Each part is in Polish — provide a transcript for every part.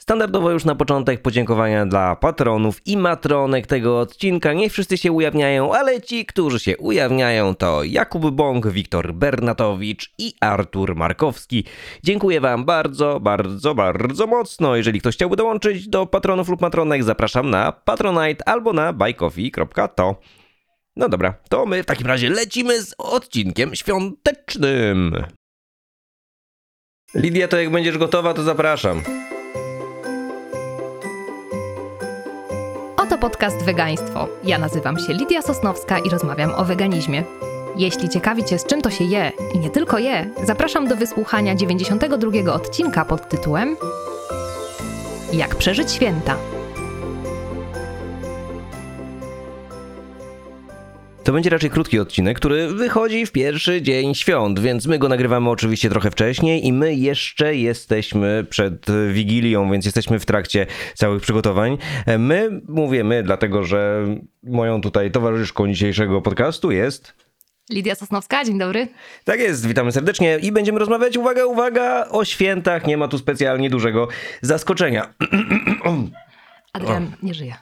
Standardowo już na początek podziękowania dla patronów i matronek tego odcinka. Nie wszyscy się ujawniają, ale ci, którzy się ujawniają, to Jakub Bąk, Wiktor Bernatowicz i Artur Markowski. Dziękuję wam bardzo, bardzo, bardzo mocno. Jeżeli ktoś chciałby dołączyć do patronów lub matronek, zapraszam na Patronite albo na buycoffee.to. No dobra, to my w takim razie lecimy z odcinkiem świątecznym. Lidia, to jak będziesz gotowa, to zapraszam. Oto podcast Wegaństwo. Ja nazywam się Lidia Sosnowska i rozmawiam o weganizmie. Jeśli ciekawi cię, z czym to się je i nie tylko je, zapraszam do wysłuchania 92 odcinka pod tytułem Jak przeżyć święta. To będzie raczej krótki odcinek, który wychodzi w pierwszy dzień świąt, więc my go nagrywamy oczywiście trochę wcześniej i my jeszcze jesteśmy przed Wigilią, więc jesteśmy w trakcie całych przygotowań. Mówię my, dlatego że moją tutaj towarzyszką dzisiejszego podcastu jest... Lidia Sosnowska, dzień dobry. Tak jest, witamy serdecznie i będziemy rozmawiać, uwaga, uwaga, o świętach. Nie ma tu specjalnie dużego zaskoczenia. Adrian nie żyje.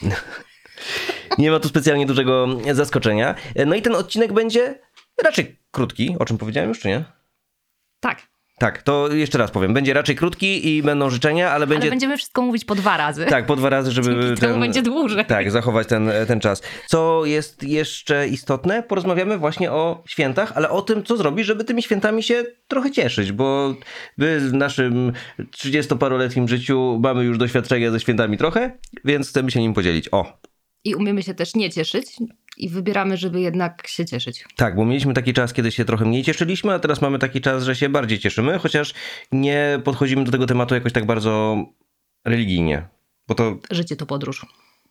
Nie ma tu specjalnie dużego zaskoczenia. No i ten odcinek będzie raczej krótki, o czym powiedziałem już, czy nie? Tak. Tak, to jeszcze raz powiem. Będzie raczej krótki i będą życzenia, ale będziemy wszystko mówić po 2 razy. Tak, po 2 razy, żeby będzie dłużej. Tak, zachować ten czas. Co jest jeszcze istotne? Porozmawiamy właśnie o świętach, ale o tym, co zrobić, żeby tymi świętami się trochę cieszyć, bo my w naszym 30-paroletnim życiu mamy już doświadczenia ze świętami trochę, więc chcemy się nim podzielić. I umiemy się też nie cieszyć i wybieramy, żeby jednak się cieszyć. Tak, bo mieliśmy taki czas, kiedy się trochę mniej cieszyliśmy, a teraz mamy taki czas, że się bardziej cieszymy, chociaż nie podchodzimy do tego tematu jakoś tak bardzo religijnie. Bo to... Życie to podróż.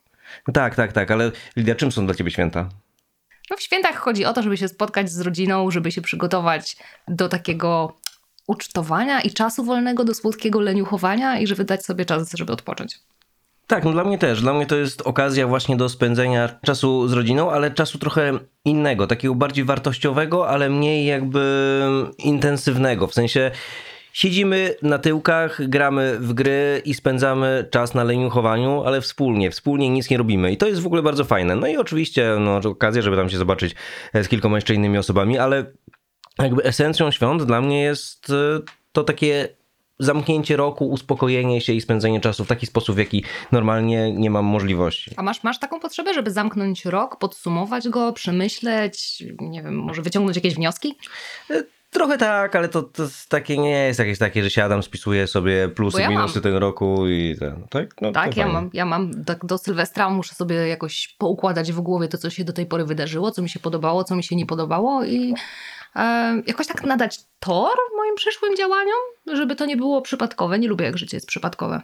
Tak, ale Lidia, czym są dla ciebie święta? No w świętach chodzi o to, żeby się spotkać z rodziną, żeby się przygotować do takiego ucztowania i czasu wolnego, do słodkiego leniuchowania i żeby dać sobie czas, żeby odpocząć. Tak, no dla mnie też. Dla mnie to jest okazja właśnie do spędzenia czasu z rodziną, ale czasu trochę innego, takiego bardziej wartościowego, ale mniej jakby intensywnego. W sensie siedzimy na tyłkach, gramy w gry i spędzamy czas na leniuchowaniu, ale wspólnie nic nie robimy. I to jest w ogóle bardzo fajne. No i oczywiście okazja, żeby tam się zobaczyć z kilkoma jeszcze innymi osobami, ale jakby esencją świąt dla mnie jest to takie zamknięcie roku, uspokojenie się i spędzenie czasu w taki sposób, w jaki normalnie nie mam możliwości. A masz taką potrzebę, żeby zamknąć rok, podsumować go, przemyśleć, nie wiem, może wyciągnąć jakieś wnioski? Trochę tak, ale to takie nie jest jakieś takie, że siadam, spisuję sobie plusy, minusy tego roku i tak? No, tak, ja mam tak do Sylwestra, muszę sobie jakoś poukładać w głowie to, co się do tej pory wydarzyło, co mi się podobało, co mi się nie podobało i jakoś tak nadać tor moim przyszłym działaniom, żeby to nie było przypadkowe. Nie lubię, jak życie jest przypadkowe.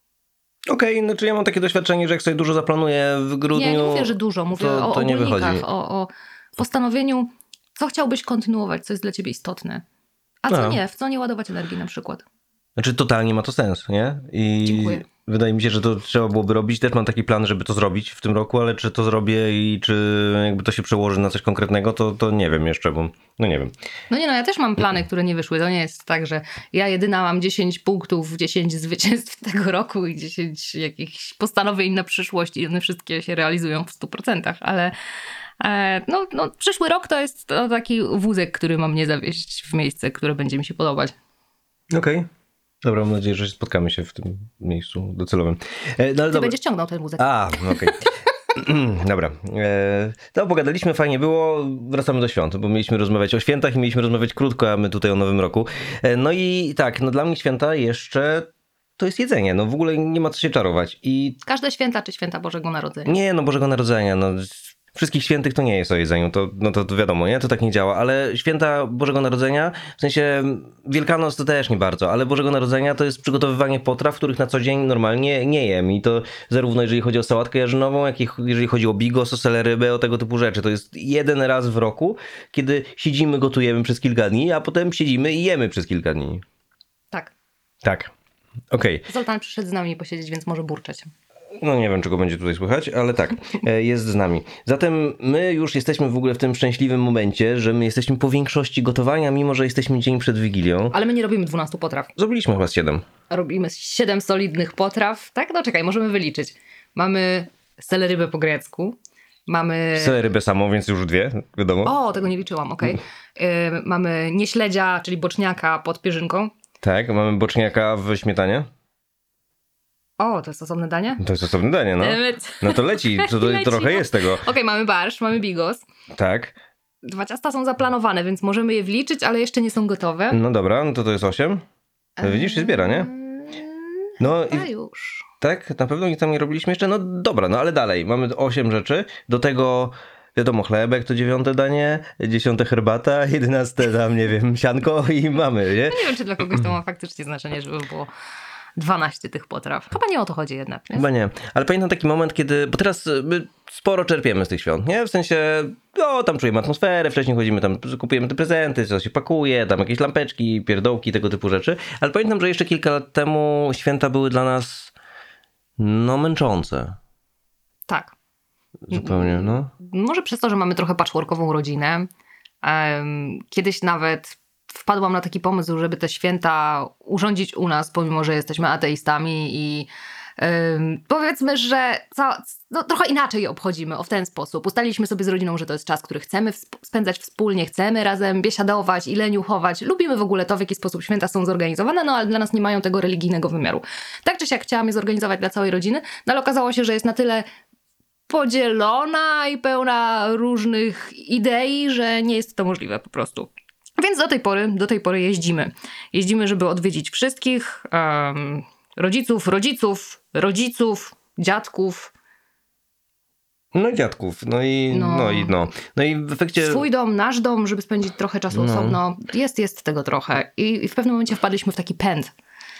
Okej, znaczy ja mam takie doświadczenie, że jak sobie dużo zaplanuję w grudniu... Nie mówię, że dużo, mówię o ogólnikach, o postanowieniu, co chciałbyś kontynuować, co jest dla ciebie istotne, a co nie, w co nie ładować energii na przykład. Znaczy totalnie ma to sens, nie? I dziękuję. Wydaje mi się, że to trzeba byłoby robić. Też mam taki plan, żeby to zrobić w tym roku, ale czy to zrobię i czy jakby to się przełoży na coś konkretnego, to nie wiem jeszcze, bo nie wiem. Ja też mam plany, które nie wyszły. To nie jest tak, że ja jedyna mam 10 punktów, 10 zwycięstw tego roku i 10 jakichś postanowień na przyszłość i one wszystkie się realizują w 100%, ale przyszły rok to jest taki wózek, który ma mnie zawieźć w miejsce, które będzie mi się podobać. Okej. Dobra, mam nadzieję, że spotkamy się w tym miejscu docelowym. Ty będziesz ciągnął ten wózek. Okej. Dobra. To pogadaliśmy, fajnie było. Wracamy do świąt, bo mieliśmy rozmawiać o świętach i mieliśmy rozmawiać krótko, a my tutaj o Nowym Roku. No i tak, dla mnie święta jeszcze to jest jedzenie. W ogóle nie ma co się czarować. Każde święta czy święta Bożego Narodzenia? Nie, Bożego Narodzenia. Wszystkich świętych to nie jest o jedzeniu, to wiadomo, nie? To tak nie działa, ale święta Bożego Narodzenia, w sensie Wielkanoc to też nie bardzo, ale Bożego Narodzenia to jest przygotowywanie potraw, których na co dzień normalnie nie jem i to zarówno jeżeli chodzi o sałatkę jarzynową, jak i jeżeli chodzi o bigos, o selę rybę, o tego typu rzeczy. To jest jeden raz w roku, kiedy siedzimy, gotujemy przez kilka dni, a potem siedzimy i jemy przez kilka dni. Tak. Tak. Okej. Zoltan przyszedł z nami posiedzieć, więc może burczeć. No nie wiem, czego będzie tutaj słychać, ale tak, jest z nami. Zatem my już jesteśmy w ogóle w tym szczęśliwym momencie, że my jesteśmy po większości gotowania, mimo że jesteśmy dzień przed Wigilią. Ale my nie robimy 12 potraw. Zrobiliśmy chyba z 7. Robimy 7 solidnych potraw. Tak? No czekaj, możemy wyliczyć. Mamy selerybę po grecku. Mamy... Rybę samą, więc już 2, wiadomo. O, tego nie liczyłam, okej. Mamy nieśledzia, czyli boczniaka pod pierzynką. Tak, mamy boczniaka w śmietanie. O, to jest osobne danie? To jest osobne danie, no. No to leci, to Leci, trochę no. jest tego. Okej, mamy barszcz, mamy bigos. Tak, 2 ciasta są zaplanowane, więc możemy je wliczyć, ale jeszcze nie są gotowe. no dobra, no to jest 8. No widzisz, się zbiera, nie? No A i już. tak, na pewno nic tam nie robiliśmy jeszcze. No dobra, no ale dalej, mamy 8 rzeczy. Do tego, wiadomo, chlebek to 9 danie, 10 herbata, 11 tam, nie wiem, sianko i mamy, nie? Nie wiem, czy dla kogoś to ma faktycznie znaczenie, żeby było 12 tych potraw. Chyba nie o to chodzi jednak, nie? Chyba nie, ale pamiętam taki moment, kiedy, bo teraz my sporo czerpiemy z tych świąt, nie? W sensie, no tam czujemy atmosferę, wcześniej chodzimy tam, kupujemy te prezenty, co się pakuje, tam jakieś lampeczki, pierdołki, tego typu rzeczy, ale pamiętam, że jeszcze kilka lat temu święta były dla nas, no, męczące. Tak. Zupełnie, no. Może przez to, że mamy trochę patchworkową rodzinę. Kiedyś nawet wpadłam na taki pomysł, żeby te święta urządzić u nas, pomimo że jesteśmy ateistami i powiedzmy, że trochę inaczej je obchodzimy, w ten sposób. Ustaliliśmy sobie z rodziną, że to jest czas, który chcemy spędzać wspólnie, chcemy razem biesiadować i leniuchować. Lubimy w ogóle to, w jaki sposób święta są zorganizowane, no ale dla nas nie mają tego religijnego wymiaru. Tak czy siak chciałam je zorganizować dla całej rodziny, no ale okazało się, że jest na tyle podzielona i pełna różnych idei, że nie jest to możliwe po prostu. Więc do tej pory jeździmy. Jeździmy, żeby odwiedzić wszystkich rodziców, dziadków. No i dziadków, no i w efekcie... Swój dom, nasz dom, żeby spędzić trochę czasu osobno. Jest tego trochę. I w pewnym momencie wpadliśmy w taki pęd.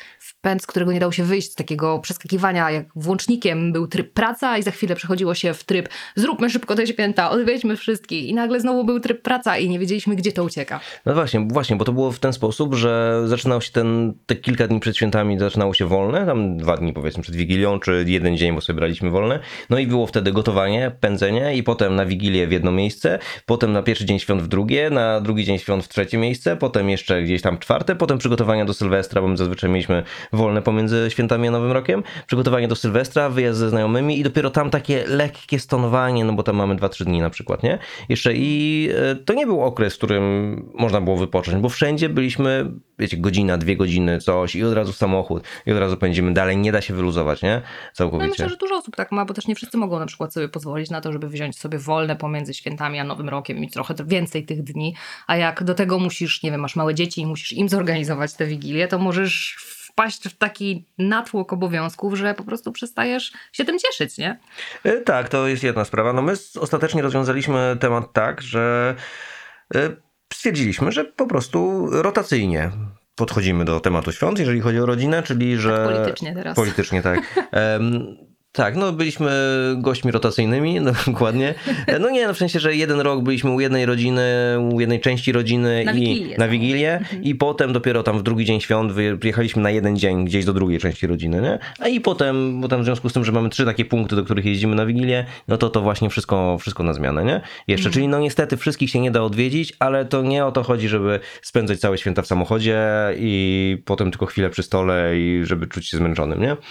Z którego nie dało się wyjść, z takiego przeskakiwania, jak włącznikiem był tryb praca i za chwilę przechodziło się w tryb zróbmy szybko te święta, odwiedźmy wszystkich i nagle znowu był tryb praca i nie wiedzieliśmy, gdzie to ucieka. No właśnie, bo to było w ten sposób, że zaczynał się te kilka dni przed świętami zaczynało się wolne, tam 2 dni powiedzmy przed Wigilią, czy 1 dzień, bo sobie braliśmy wolne, no i było wtedy gotowanie, pędzenie i potem na Wigilię w jedno miejsce, potem na pierwszy dzień świąt w drugie, na drugi dzień świąt w trzecie miejsce, potem jeszcze gdzieś tam 4, potem przygotowania do Sylwestra, bo my zazwyczaj mieliśmy wolne pomiędzy świętami a Nowym Rokiem, przygotowanie do Sylwestra, wyjazd ze znajomymi i dopiero tam takie lekkie stonowanie, no bo tam mamy 2-3 dni na przykład, nie? Jeszcze i to nie był okres, w którym można było wypocząć, bo wszędzie byliśmy, wiecie, godzina, 2 godziny, coś i od razu w samochód i od razu pędzimy dalej, nie da się wyluzować, nie? Całkowicie. No myślę, że dużo osób tak ma, bo też nie wszyscy mogą na przykład sobie pozwolić na to, żeby wziąć sobie wolne pomiędzy świętami a Nowym Rokiem i mieć trochę więcej tych dni, a jak do tego musisz, nie wiem, masz małe dzieci i musisz im zorganizować te Wigilie, to możesz wpaść w taki natłok obowiązków, że po prostu przestajesz się tym cieszyć, nie? Tak, to jest jedna sprawa. No my ostatecznie rozwiązaliśmy temat tak, że stwierdziliśmy, że po prostu rotacyjnie podchodzimy do tematu świąt, jeżeli chodzi o rodzinę, czyli że... Tak politycznie teraz. Politycznie, tak. Tak, no byliśmy gośćmi rotacyjnymi, no, dokładnie. No nie, no w sensie, że 1 rok byliśmy u jednej rodziny, u jednej części rodziny na Wigilię i potem dopiero tam w drugi dzień świąt wyjechaliśmy na 1 dzień gdzieś do drugiej części rodziny, nie? A i potem, bo tam w związku z tym, że mamy 3 takie punkty, do których jeździmy na Wigilię, no to właśnie wszystko na zmianę, nie? Jeszcze, czyli no niestety wszystkich się nie da odwiedzić, ale to nie o to chodzi, żeby spędzać całe święta w samochodzie i potem tylko chwilę przy stole i żeby czuć się zmęczonym, nie?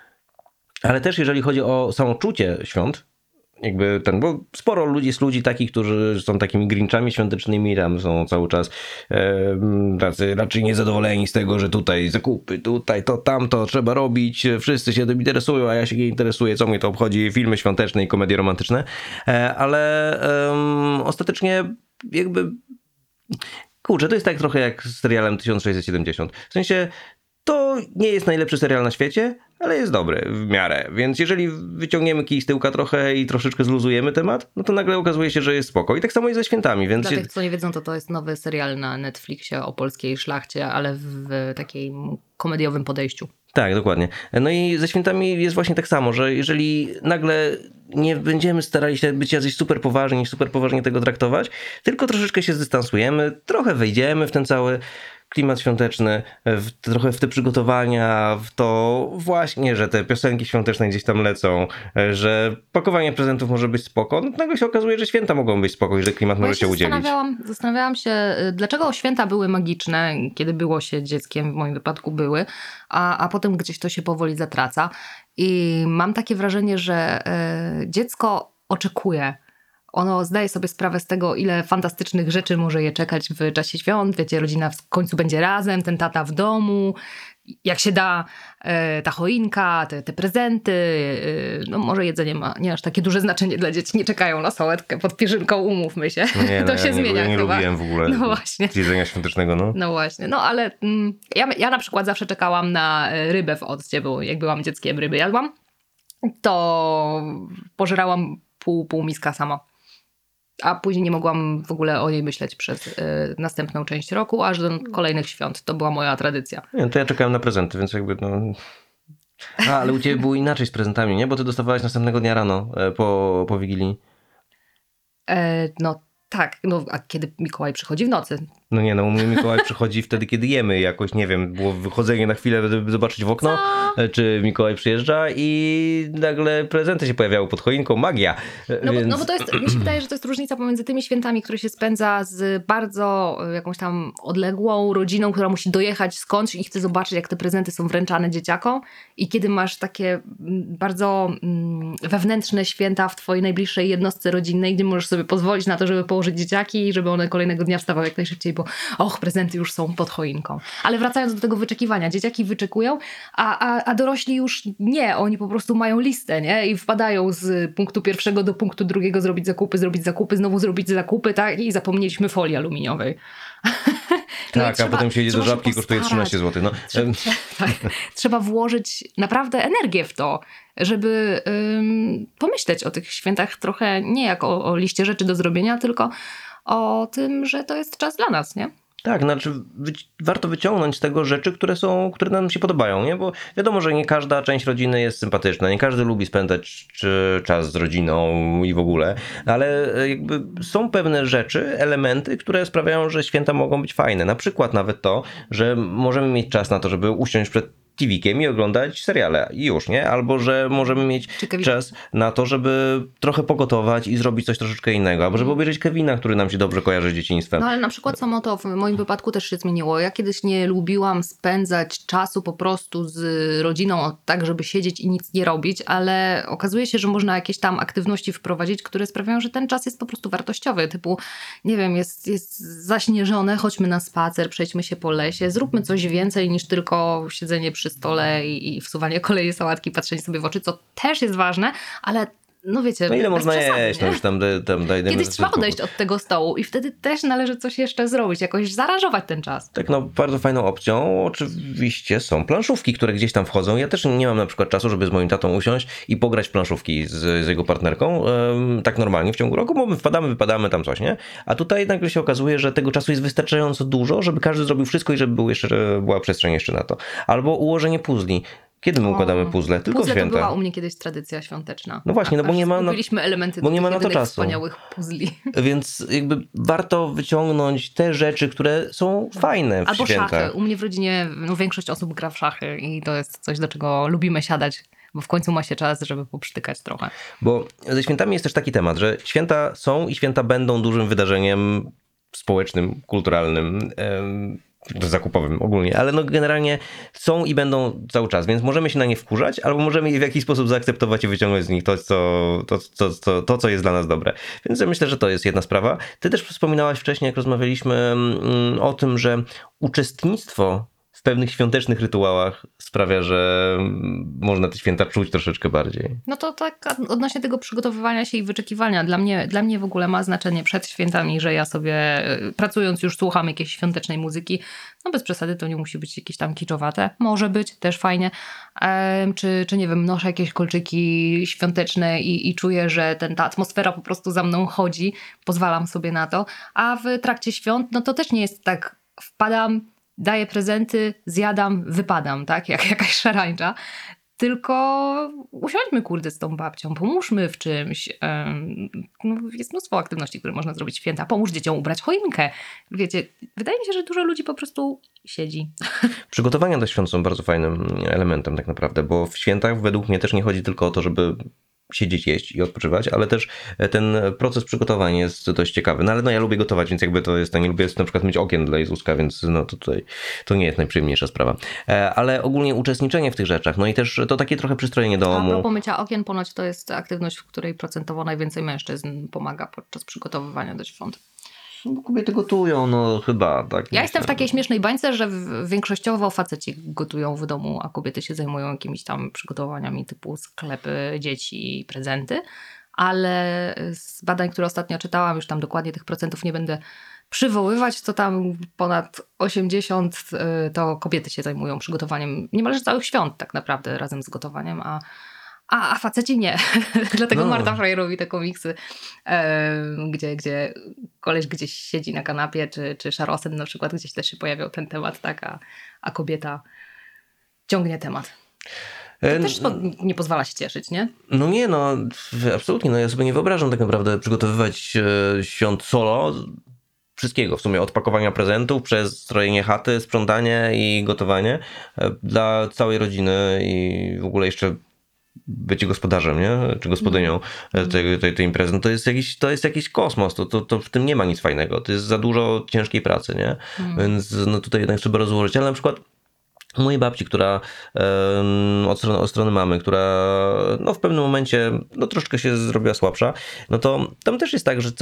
Ale też jeżeli chodzi o samoczucie świąt, jakby bo sporo ludzi takich, którzy są takimi grinchami świątecznymi, tam są cały czas tacy raczej niezadowoleni z tego, że tutaj zakupy, tutaj to, tamto trzeba robić, wszyscy się tym interesują, a ja się nie interesuję, co mnie to obchodzi, filmy świąteczne i komedie romantyczne, ale ostatecznie jakby, kurczę, to jest tak trochę jak z serialem 1670, w sensie to nie jest najlepszy serial na świecie, ale jest dobry w miarę, więc jeżeli wyciągniemy kij z tyłka trochę i troszeczkę zluzujemy temat, no to nagle okazuje się, że jest spoko. I tak samo jest ze świętami, więc... Dla tych, co nie wiedzą, to jest nowy serial na Netflixie o polskiej szlachcie, ale w takim komediowym podejściu. Tak, dokładnie. No i ze świętami jest właśnie tak samo, że jeżeli nagle nie będziemy starali się być jacyś super poważnie tego traktować, tylko troszeczkę się zdystansujemy, trochę wejdziemy w ten cały klimat świąteczny, trochę w te przygotowania, w to właśnie, że te piosenki świąteczne gdzieś tam lecą, że pakowanie prezentów może być spoko, no to nagle się okazuje, że święta mogą być spoko i że klimat Bo może się udzielić. Zastanawiałam się, dlaczego święta były magiczne, kiedy było się dzieckiem, w moim wypadku były, a potem gdzieś to się powoli zatraca. I mam takie wrażenie, że dziecko oczekuje. Ono zdaje sobie sprawę z tego, ile fantastycznych rzeczy może je czekać w czasie świąt. Wiecie, rodzina w końcu będzie razem, ten tata w domu, jak się da, ta choinka, te prezenty. No może jedzenie ma nie aż takie duże znaczenie dla dzieci. Nie czekają na sałatkę pod pierzynką, umówmy się. Nie, To się zmienia ja nie chyba. lubiłem w ogóle No właśnie. jedzenia świątecznego, no. No właśnie, no ale ja na przykład zawsze czekałam na rybę w occie, bo jak byłam dzieckiem, ryby jadłam, to pożerałam pół miska sama. A później nie mogłam w ogóle o niej myśleć przez następną część roku, aż do kolejnych świąt. To była moja tradycja. Nie, to ja czekałem na prezenty, więc jakby no... ale u ciebie było inaczej z prezentami, nie? Bo ty dostawałaś następnego dnia rano po Wigilii. No tak, no a kiedy Mikołaj przychodzi w nocy? No nie, no u mnie Mikołaj przychodzi wtedy, kiedy jemy jakoś, nie wiem, było wychodzenie na chwilę, żeby zobaczyć w okno, czy Mikołaj przyjeżdża i nagle prezenty się pojawiały pod choinką, magia. No bo to jest, mi się wydaje, że to jest różnica pomiędzy tymi świętami, które się spędza z bardzo jakąś tam odległą rodziną, która musi dojechać skądś i chce zobaczyć, jak te prezenty są wręczane dzieciakom, i kiedy masz takie bardzo wewnętrzne święta w twojej najbliższej jednostce rodzinnej, gdzie możesz sobie pozwolić na to, żeby położyć dzieciaki i żeby one kolejnego dnia wstawały jak najszybciej, bo prezenty już są pod choinką. Ale wracając do tego wyczekiwania, dzieciaki wyczekują, a dorośli już nie, oni po prostu mają listę, nie? I wpadają z punktu pierwszego do punktu drugiego, zrobić zakupy, znowu zrobić zakupy, tak? I zapomnieliśmy folii aluminiowej. Tak, a potem się jedzie do Żabki i kosztuje 13 zł. No. Tak, trzeba włożyć naprawdę energię w to, żeby pomyśleć o tych świętach trochę nie jak o liście rzeczy do zrobienia, tylko o tym, że to jest czas dla nas, nie? Tak, znaczy warto wyciągnąć z tego rzeczy, które nam się podobają, nie? Bo wiadomo, że nie każda część rodziny jest sympatyczna, nie każdy lubi spędzać czas z rodziną i w ogóle, ale jakby są pewne rzeczy, elementy, które sprawiają, że święta mogą być fajne. Na przykład nawet to, że możemy mieć czas na to, żeby usiąść przed TV-kiem i oglądać seriale i już, nie? Albo, że możemy mieć czas na to, żeby trochę pogotować i zrobić coś troszeczkę innego, albo żeby obejrzeć Kevina, który nam się dobrze kojarzy z dzieciństwem. No ale na przykład samo to w moim wypadku też się zmieniło. Ja kiedyś nie lubiłam spędzać czasu po prostu z rodziną tak, żeby siedzieć i nic nie robić, ale okazuje się, że można jakieś tam aktywności wprowadzić, które sprawiają, że ten czas jest po prostu wartościowy. Typu, nie wiem, jest zaśnieżone, chodźmy na spacer, przejdźmy się po lesie, zróbmy coś więcej niż tylko siedzenie przy stole i wsuwanie kolejnej sałatki, patrzenie sobie w oczy, co też jest ważne, ale no wiecie... No ile można jeść? No już Kiedyś trzeba odejść od tego stołu i wtedy też należy coś jeszcze zrobić, jakoś zaaranżować ten czas. Tak, no bardzo fajną opcją oczywiście są planszówki, które gdzieś tam wchodzą. Ja też nie mam na przykład czasu, żeby z moim tatą usiąść i pograć w planszówki z jego partnerką, tak normalnie w ciągu roku, bo my wpadamy, wypadamy tam coś, nie? A tutaj nagle się okazuje, że tego czasu jest wystarczająco dużo, żeby każdy zrobił wszystko i żeby była przestrzeń jeszcze na to. Albo ułożenie puzli. Kiedy my układamy puzzle? Tylko puzzle święta. To była u mnie kiedyś tradycja świąteczna. No właśnie, no bo nie ma elementy bo nie ma na to czasu. Wspaniałych puzli. Więc jakby warto wyciągnąć te rzeczy, które są fajne w Albo świętach. szachy. U mnie w rodzinie większość osób gra w szachy i to jest coś, do czego lubimy siadać, bo w końcu ma się czas, żeby poprzytykać trochę. Bo ze świętami jest też taki temat, że święta są i święta będą dużym wydarzeniem społecznym, kulturalnym, zakupowym ogólnie, ale no generalnie są i będą cały czas, więc możemy się na nie wkurzać, albo możemy je w jakiś sposób zaakceptować i wyciągnąć z nich to, co jest dla nas dobre. Więc ja myślę, że to jest jedna sprawa. Ty też wspominałaś wcześniej, jak rozmawialiśmy o tym, że uczestnictwo w pewnych świątecznych rytuałach sprawia, że można te święta czuć troszeczkę bardziej. No to tak odnośnie tego przygotowywania się i wyczekiwania. Dla mnie w ogóle ma znaczenie przed świętami, że ja sobie pracując już słucham jakiejś świątecznej muzyki. No bez przesady to nie musi być jakieś tam kiczowate. Może być, też fajnie. Czy nie wiem, noszę jakieś kolczyki świąteczne i czuję, że ta atmosfera po prostu za mną chodzi. Pozwalam sobie na to. A w trakcie świąt, no to też nie jest tak wpadam, daję prezenty, zjadam, wypadam, tak? Jak jakaś szarańcza. tylko usiądźmy, kurde, z tą babcią, pomóżmy w czymś. No, jest mnóstwo aktywności, które można zrobić w święta. Pomóż dzieciom ubrać choinkę. Wiecie, wydaje mi się, że dużo ludzi po prostu siedzi. Przygotowania do świąt są bardzo fajnym elementem tak naprawdę, bo w świętach według mnie też nie chodzi tylko o to, żeby siedzieć, jeść i odpoczywać, ale też ten proces przygotowania jest dość ciekawy. No ale no ja lubię gotować, więc jakby to jest, nie lubię na przykład myć okien dla Jezuska, więc no to tutaj to nie jest najprzyjemniejsza sprawa. Ale ogólnie uczestniczenie w tych rzeczach, no i też to takie trochę przystrojenie A domu. propos mycia okien, ponoć to jest aktywność, w której procentowo najwięcej mężczyzn pomaga podczas przygotowywania do świąt. No, kobiety gotują, no chyba, tak. Ja jestem w takiej śmiesznej bańce, że większościowo faceci gotują w domu, a kobiety się zajmują jakimiś tam przygotowaniami typu sklepy, dzieci, prezenty. Ale z badań, które ostatnio czytałam, już tam dokładnie tych procentów nie będę przywoływać, to tam ponad 80 to kobiety się zajmują przygotowaniem niemalże całych świąt tak naprawdę razem z gotowaniem, a faceci nie. Dlatego No. Marta Frey robi te komiksy, gdzie koleś gdzieś siedzi na kanapie, czy Szarosen na przykład, gdzieś też się pojawiał ten temat, tak, a kobieta ciągnie temat. To też nie pozwala się cieszyć, nie? No nie, no absolutnie, no ja sobie nie wyobrażam tak naprawdę przygotowywać świąt solo, wszystkiego w sumie, od pakowania prezentów przez strojenie chaty, sprzątanie i gotowanie dla całej rodziny i w ogóle jeszcze bycie gospodarzem, nie? Czy gospodynią tej imprezy. No to jest jakiś kosmos, to w tym nie ma nic fajnego, to jest za dużo ciężkiej pracy, nie? Więc no tutaj jednak trzeba rozłożyć, ale na przykład u mojej babci, która od strony mamy, która no w pewnym momencie no troszeczkę się zrobiła słabsza, no to tam też jest tak, że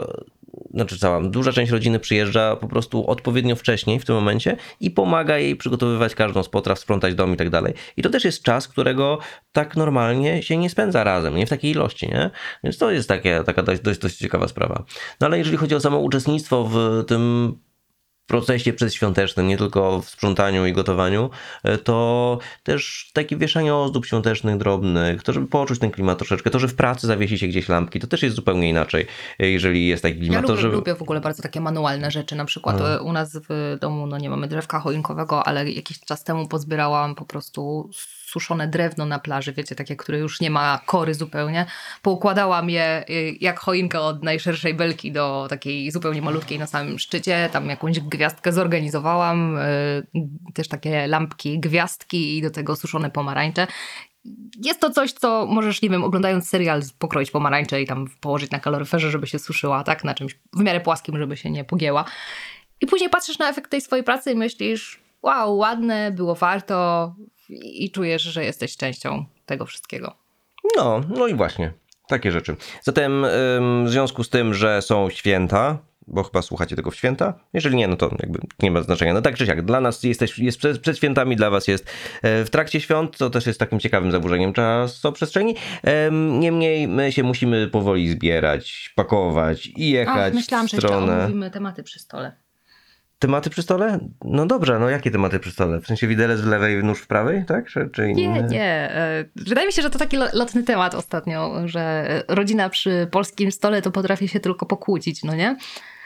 duża część rodziny przyjeżdża po prostu odpowiednio wcześniej w tym momencie i pomaga jej przygotowywać każdą z potraw, sprzątać dom i tak dalej. I to też jest czas, którego tak normalnie się nie spędza razem, nie w takiej ilości, nie? Więc to jest taka dość ciekawa sprawa. No ale jeżeli chodzi o samo uczestnictwo w tym procesie przedświątecznym, nie tylko w sprzątaniu i gotowaniu, to też takie wieszanie ozdób świątecznych drobnych, to żeby poczuć ten klimat troszeczkę, to, że w pracy zawiesi się gdzieś lampki, to też jest zupełnie inaczej, jeżeli jest taki klimat. Ja lubię w ogóle bardzo takie manualne rzeczy, na przykład u nas w domu no nie mamy drzewka choinkowego, ale jakiś czas temu pozbierałam po prostu suszone drewno na plaży, wiecie, takie, które już nie ma kory zupełnie. Poukładałam je jak choinkę od najszerszej belki do takiej zupełnie malutkiej na samym szczycie. Tam jakąś gwiazdkę zorganizowałam. Też takie lampki, gwiazdki i do tego suszone pomarańcze. Jest to coś, co możesz, nie wiem, oglądając serial, pokroić pomarańczę i tam położyć na kaloryferze, żeby się suszyła, tak? Na czymś w miarę płaskim, żeby się nie pogięła. I później patrzysz na efekt tej swojej pracy i myślisz, wow, ładne, było warto i czujesz, że jesteś częścią tego wszystkiego. No i właśnie, takie rzeczy. Zatem w związku z tym, że są święta, bo chyba słuchacie tego w święta, jeżeli nie, no to jakby nie ma znaczenia. No tak czy siak, dla nas jest przed świętami, dla was jest w trakcie świąt, to też jest takim ciekawym zaburzeniem czasoprzestrzeni. Niemniej my się musimy powoli zbierać, pakować i jechać myślałam, w że jeszcze stronę... omówimy tematy przy stole. Tematy przy stole? No dobrze, no jakie tematy przy stole? W sensie widelec w lewej, nóż w prawej, tak? Czy inne? Nie. Wydaje mi się, że to taki lotny temat ostatnio, że rodzina przy polskim stole to potrafi się tylko pokłócić, no nie?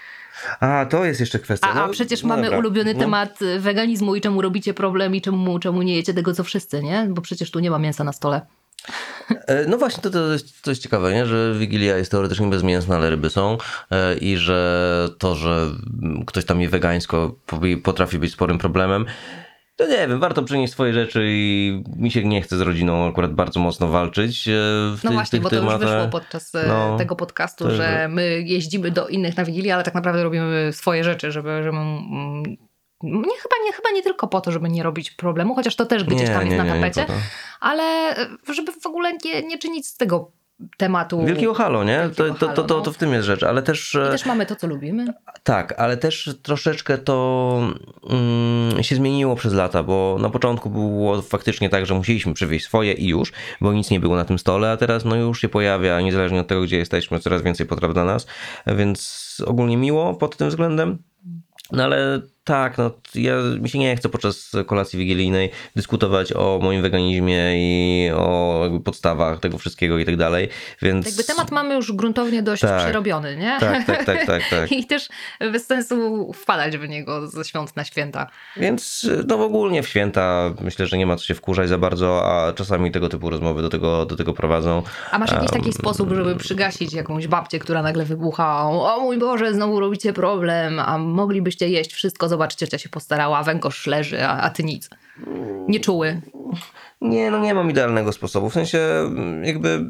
A, to jest jeszcze kwestia. A przecież mamy dobra. ulubiony temat weganizmu i czemu robicie problem i czemu nie jecie tego, co wszyscy, nie? Bo przecież tu nie ma mięsa na stole. No właśnie, to jest ciekawe, nie? Że Wigilia jest teoretycznie bezmięsna, ale ryby są i że to, że ktoś tam je wegańsko potrafi być sporym problemem. To nie wiem, warto przynieść swoje rzeczy i mi się nie chce z rodziną akurat bardzo mocno walczyć w No właśnie, tych bo to już tematach. wyszło podczas tego podcastu, to że my jeździmy do innych na Wigilię, ale tak naprawdę robimy swoje rzeczy, żeby chyba nie tylko po to, żeby nie robić problemu, chociaż to też gdzieś tam jest na tapecie, nie po to. ale żeby w ogóle nie czynić z tego tematu. Wielkiego halo, nie? To w tym jest rzecz, ale też... I też mamy to, co lubimy. Tak, ale też troszeczkę to się zmieniło przez lata, bo na początku było faktycznie tak, że musieliśmy przywieźć swoje i już, bo nic nie było na tym stole, a teraz no już się pojawia, niezależnie od tego, gdzie jesteśmy, coraz więcej potraw dla nas, więc ogólnie miło pod tym względem. No ale Tak, no mi się nie chce podczas kolacji wigilijnej dyskutować o moim weganizmie i o jakby podstawach tego wszystkiego i tak dalej, więc... Jakby temat mamy już gruntownie dość przerobiony, nie? Tak. I też bez sensu wpadać w niego ze świąt na święta. Więc no ogólnie w święta myślę, że nie ma co się wkurzać za bardzo, a czasami tego typu rozmowy do tego prowadzą. A masz jakiś taki sposób, żeby przygasić jakąś babcię, która nagle wybucha: o mój Boże, znowu robicie problem, a moglibyście jeść wszystko, zobacz, ciocia się postarała, węgorz leży, a ty nic. Nieczuły. Nie, no nie mam idealnego sposobu, w sensie jakby...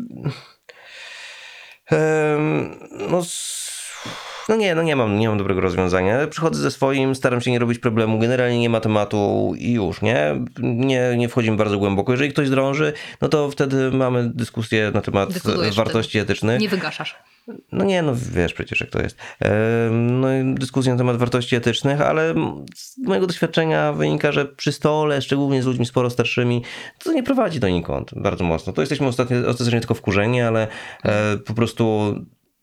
nie mam dobrego rozwiązania. Przychodzę ze swoim, staram się nie robić problemu, generalnie nie ma tematu i już, nie? Nie wchodzimy bardzo głęboko. Jeżeli ktoś drąży, no to wtedy mamy dyskusję na temat wartości etycznych. Nie wygaszasz. No nie, no wiesz przecież jak to jest. No i dyskusja na temat wartości etycznych, ale z mojego doświadczenia wynika, że przy stole, szczególnie z ludźmi sporo starszymi, to nie prowadzi donikąd bardzo mocno. To jesteśmy ostatecznie tylko wkurzeni, ale po prostu...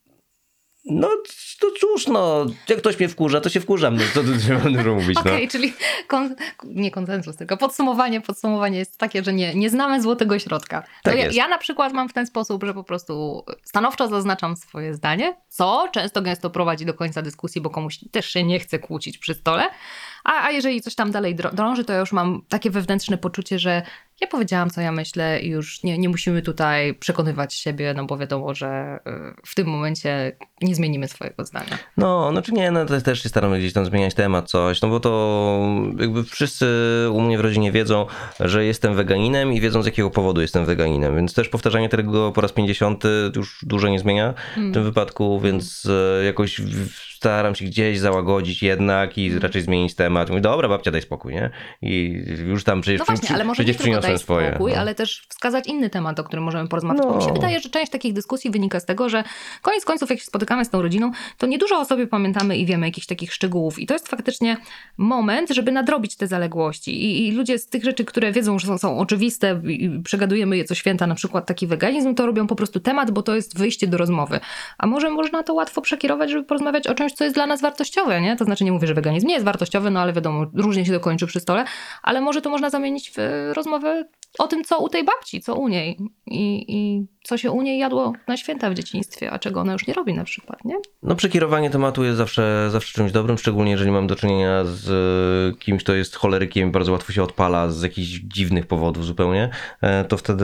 No to cóż, no, jak ktoś mnie wkurza, to się wkurzam, no to trzeba dużo mówić. Okej, czyli nie konsensus, tylko podsumowanie jest takie, że nie znamy złotego środka. Tak ja na przykład mam w ten sposób, że po prostu stanowczo zaznaczam swoje zdanie, co często gęsto prowadzi do końca dyskusji, bo komuś też się nie chce kłócić przy stole. A jeżeli coś tam dalej drąży, to ja już mam takie wewnętrzne poczucie, że ja powiedziałam, co ja myślę i już nie musimy tutaj przekonywać siebie, no bo wiadomo, że w tym momencie nie zmienimy swojego zdania. No, znaczy nie, no to też się staramy gdzieś tam zmieniać temat, coś, no bo to jakby wszyscy u mnie w rodzinie wiedzą, że jestem weganinem i wiedzą, z jakiego powodu jestem weganinem, więc też powtarzanie tego po raz 50 już dużo nie zmienia w tym wypadku, więc jakoś staram się gdzieś załagodzić jednak i raczej zmienić temat. Mówię, dobra, babcia, daj spokój, nie? I już tam przecież, no właśnie, ale może nie tylko daj spokój, ale też wskazać inny temat, o którym możemy porozmawiać. Bo mi się wydaje, że część takich dyskusji wynika z tego, że koniec końców, jak się spotykamy z tą rodziną, to niedużo o sobie pamiętamy i wiemy jakichś takich szczegółów. I to jest faktycznie moment, żeby nadrobić te zaległości. I ludzie z tych rzeczy, które wiedzą, że są oczywiste i przegadujemy je co święta, na przykład taki weganizm, to robią po prostu temat, bo to jest wyjście do rozmowy. A może można to łatwo przekierować, żeby porozmawiać o czymś, co jest dla nas wartościowe, nie? To znaczy nie mówię, że weganizm nie jest wartościowy, no ale wiadomo, różnie się to kończy przy stole, ale może to można zamienić w rozmowę o tym, co u tej babci, co u niej i co się u niej jadło na święta w dzieciństwie, a czego ona już nie robi na przykład, nie? No przekierowanie tematu jest zawsze czymś dobrym, szczególnie jeżeli mam do czynienia z kimś, kto jest cholerykiem i bardzo łatwo się odpala z jakichś dziwnych powodów zupełnie, to wtedy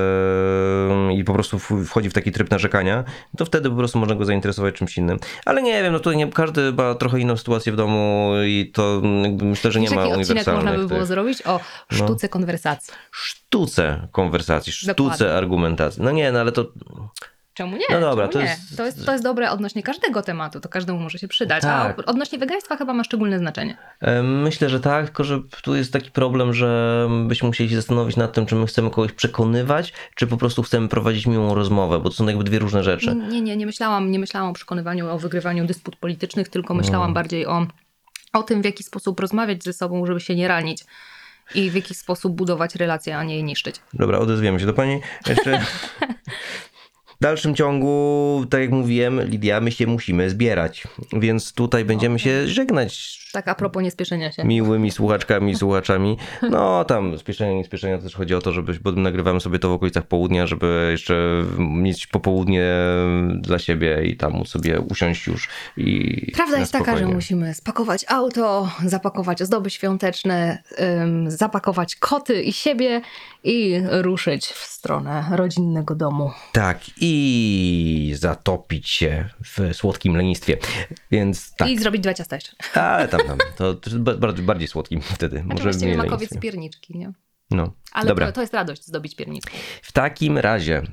i po prostu wchodzi w taki tryb narzekania, to wtedy po prostu można go zainteresować czymś innym. Ale nie wiem, no tutaj każdy ma trochę inną sytuację w domu i to jakby myślę, że nie ma uniwersalnych. Odcinek można by było zrobić o sztuce konwersacji. Sztuce konwersacji, sztuce Dokładnie. argumentacji. No nie, no ale to... Czemu nie? No dobra, to jest dobre odnośnie każdego tematu, to każdemu może się przydać. Tak. A odnośnie wegaństwa chyba ma szczególne znaczenie. Myślę, że tak, tylko że tu jest taki problem, że byśmy musieli się zastanowić nad tym, czy my chcemy kogoś przekonywać, czy po prostu chcemy prowadzić miłą rozmowę, bo to są jakby dwie różne rzeczy. Nie myślałam o przekonywaniu, o wygrywaniu dysput politycznych, tylko myślałam bardziej o tym, w jaki sposób rozmawiać ze sobą, żeby się nie ranić. I w jaki sposób budować relacje, a nie je niszczyć. Dobra, odezwiemy się do pani. Jeszcze w dalszym ciągu, tak jak mówiłem, Lidia, my się musimy zbierać. Więc tutaj będziemy się żegnać. Tak a propos niespieszenia się. Miłymi słuchaczkami i słuchaczami. No tam spieszenia, nie spieszenia, to też chodzi o to, bo nagrywamy sobie to w okolicach południa, żeby jeszcze mieć popołudnie dla siebie i tam móc sobie usiąść już i Prawda na jest taka, że spokojnie. musimy spakować auto, zapakować ozdoby świąteczne, zapakować koty i siebie i ruszyć w stronę rodzinnego domu. Tak, i zatopić się w słodkim lenistwie. Więc tak. I zrobić 2 ciasta jeszcze. Ale tam. To bardziej słodkim wtedy. Znaczy Może właściwie mniej makowiec z lenistwie. pierniczki, nie? No, Ale dobra. to jest radość zdobić pierniczki. W takim razie...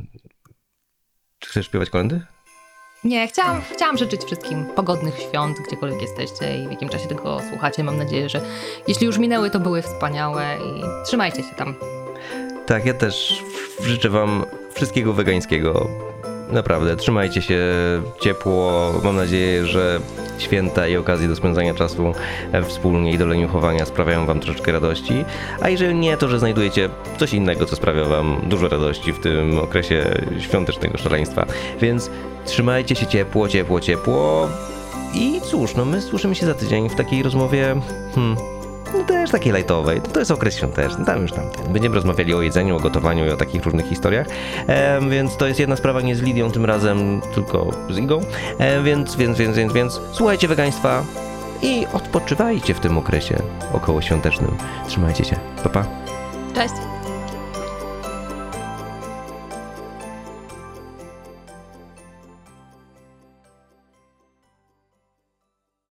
Czy chcesz śpiewać kolędy? Nie, chciałam życzyć wszystkim pogodnych świąt, gdziekolwiek jesteście i w jakim czasie tego słuchacie. Mam nadzieję, że jeśli już minęły, to były wspaniałe i trzymajcie się tam. Tak, ja też życzę wam wszystkiego wegańskiego. Naprawdę, trzymajcie się ciepło. Mam nadzieję, że święta i okazje do spędzania czasu wspólnie i do leniuchowania sprawiają wam troszeczkę radości. A jeżeli nie, to że znajdujecie coś innego, co sprawia wam dużo radości w tym okresie świątecznego szaleństwa. Więc trzymajcie się ciepło. I cóż, no my słyszymy się za tydzień w takiej rozmowie, no też takiej lightowej. To jest okres świąteczny, tam już tamten. Będziemy rozmawiali o jedzeniu, o gotowaniu i o takich różnych historiach, więc to jest jedna sprawa nie z Lidią tym razem, tylko z Igą, więc słuchajcie wegaństwa i odpoczywajcie w tym okresie okołoświątecznym. Trzymajcie się, pa pa. Cześć!